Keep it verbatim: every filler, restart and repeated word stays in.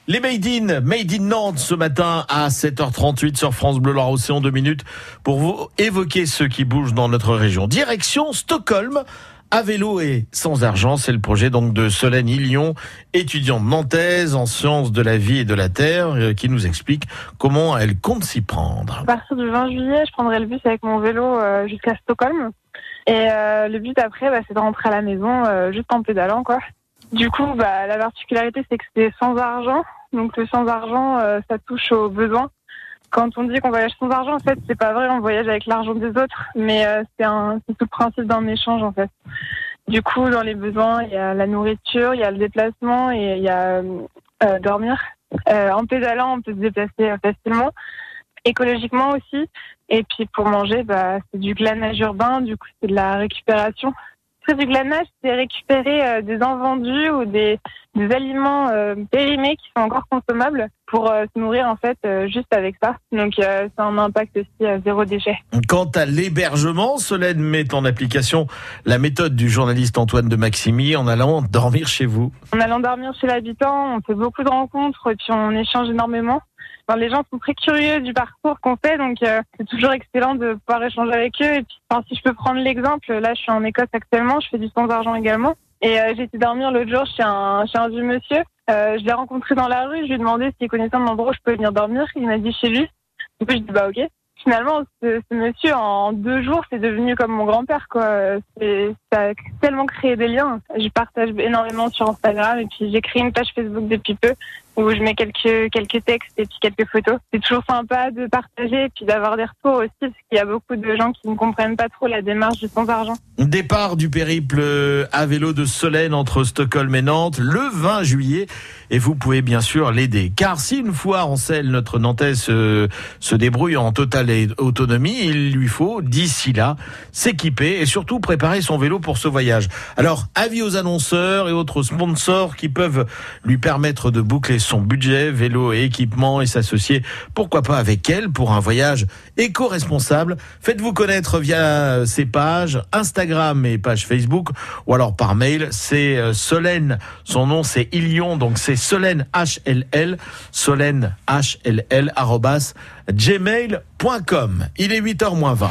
Les Made in, Made in Nantes ce matin à sept heures trente-huit sur France Bleu Loire-Océan, deux minutes pour vous évoquer ceux qui bougent dans notre région. Direction Stockholm, à vélo et sans argent, c'est le projet donc de Solène Illion, étudiante nantaise en sciences de la vie et de la terre, qui nous explique comment elle compte s'y prendre. À partir du vingt juillet, je prendrai le bus avec mon vélo euh, jusqu'à Stockholm. Et euh, le but après, bah, c'est de rentrer à la maison euh, juste en pédalant, quoi. Du coup, bah, la particularité, c'est que c'est sans argent. Donc le sans argent, euh, ça touche aux besoins. Quand on dit qu'on voyage sans argent, en fait, c'est pas vrai, on voyage avec l'argent des autres. Mais euh, c'est, un, c'est tout le principe d'un échange, en fait. Du coup, dans les besoins, il y a la nourriture, il y a le déplacement et il y a euh, dormir. Euh, en pédalant, on peut se déplacer facilement. Écologiquement aussi. Et puis pour manger, bah, c'est du glanage urbain, du coup, c'est de la récupération. C'est du glanage, c'est récupérer euh, des invendus ou des, des aliments euh, périmés qui sont encore consommables pour euh, se nourrir en fait euh, juste avec ça. Donc euh, c'est un impact aussi à zéro déchet. Quant à l'hébergement, Solène met en application la méthode du journaliste Antoine de Maximi en allant dormir chez vous. En allant dormir chez l'habitant, on fait beaucoup de rencontres et puis on échange énormément. Enfin, les gens sont très curieux du parcours qu'on fait, donc euh, c'est toujours excellent de pouvoir échanger avec eux. Et puis, enfin, si je peux prendre l'exemple, là, je suis en Écosse actuellement, je fais du sans argent également. Et euh, j'ai été dormir l'autre jour chez un, chez un vieux monsieur. Euh, je l'ai rencontré dans la rue, je lui ai demandé s'il connaissait un endroit où je pouvais venir dormir. Il m'a dit chez lui. Du coup, je lui ai dit bah ok. Finalement, ce, ce monsieur, en deux jours, c'est devenu comme mon grand-père, quoi. C'est, ça a tellement créé des liens. Je partage énormément sur Instagram et puis j'ai créé une page Facebook depuis peu où je mets quelques, quelques textes et puis quelques photos. C'est toujours sympa de partager et puis d'avoir des retours aussi parce qu'il y a beaucoup de gens qui ne comprennent pas trop la démarche du sans argent. Départ du périple à vélo de Solène entre Stockholm et Nantes le vingt juillet et vous pouvez bien sûr l'aider. Car si une fois en selle notre Nantaise se, se débrouille en totale autonomie, il lui faut d'ici là s'équiper et surtout préparer son vélo pour ce voyage. Alors avis aux annonceurs et autres sponsors qui peuvent lui permettre de boucler son budget vélo et équipement et s'associer pourquoi pas avec elle pour un voyage éco-responsable. Faites-vous connaître via ses pages Instagram et page Facebook ou alors par mail. C'est Solène, son nom c'est Illion, donc c'est Solène H L L, Solène H L L arobase gmail point com. Il est huit heures moins vingt.